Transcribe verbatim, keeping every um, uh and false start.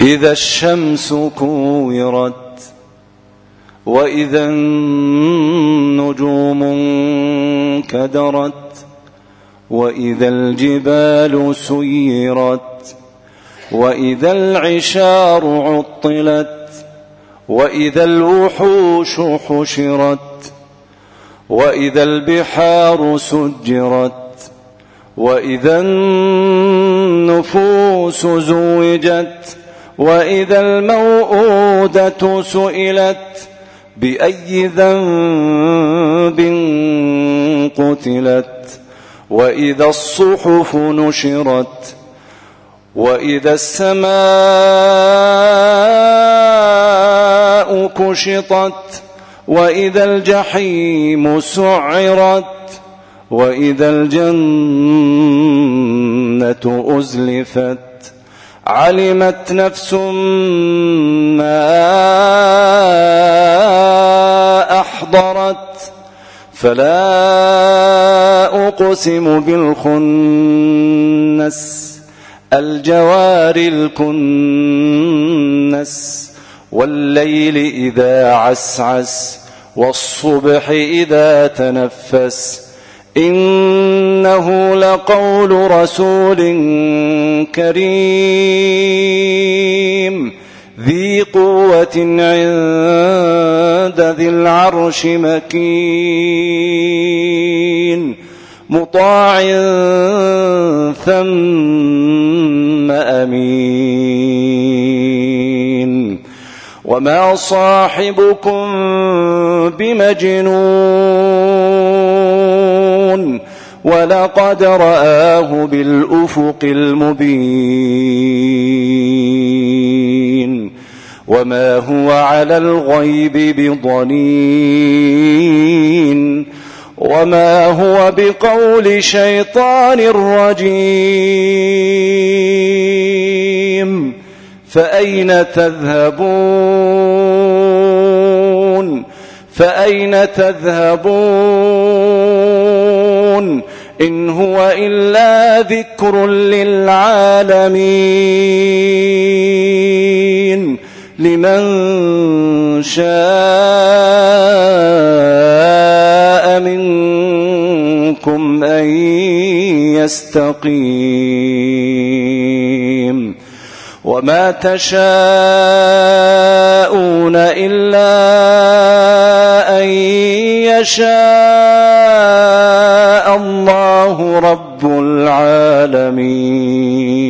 إذا الشمس كورت وإذا النجوم انكدرت وإذا الجبال سيرت وإذا العشار عطلت وإذا الوحوش حشرت وإذا البحار سجرت وإذا النفوس زوجت وإذا الموءودة سئلت بأي ذنب قتلت وإذا الصحف نشرت وإذا السماء كشطت وإذا الجحيم سعرت وإذا الجنة أزلفت علمت نفس ما أحضرت فلا أقسم بالخنس الجوار الكنس والليل إذا عسعس والصبح إذا تنفس إنه لقول رسول كريم ذي قوة عند ذي العرش مكين مطاع ثم أمين وما صاحبكم بمجنون ولقد رآه بالأفق المبين وما هو على الغيب بضنين وما هو بقول شيطان رجيم فأين تذهبون فأين تذهبون إن هو إلا ذكر للعالمين لمن شاء منكم أن يستقيم وما تشاءون إلا أن يشاء الله رب العالمين.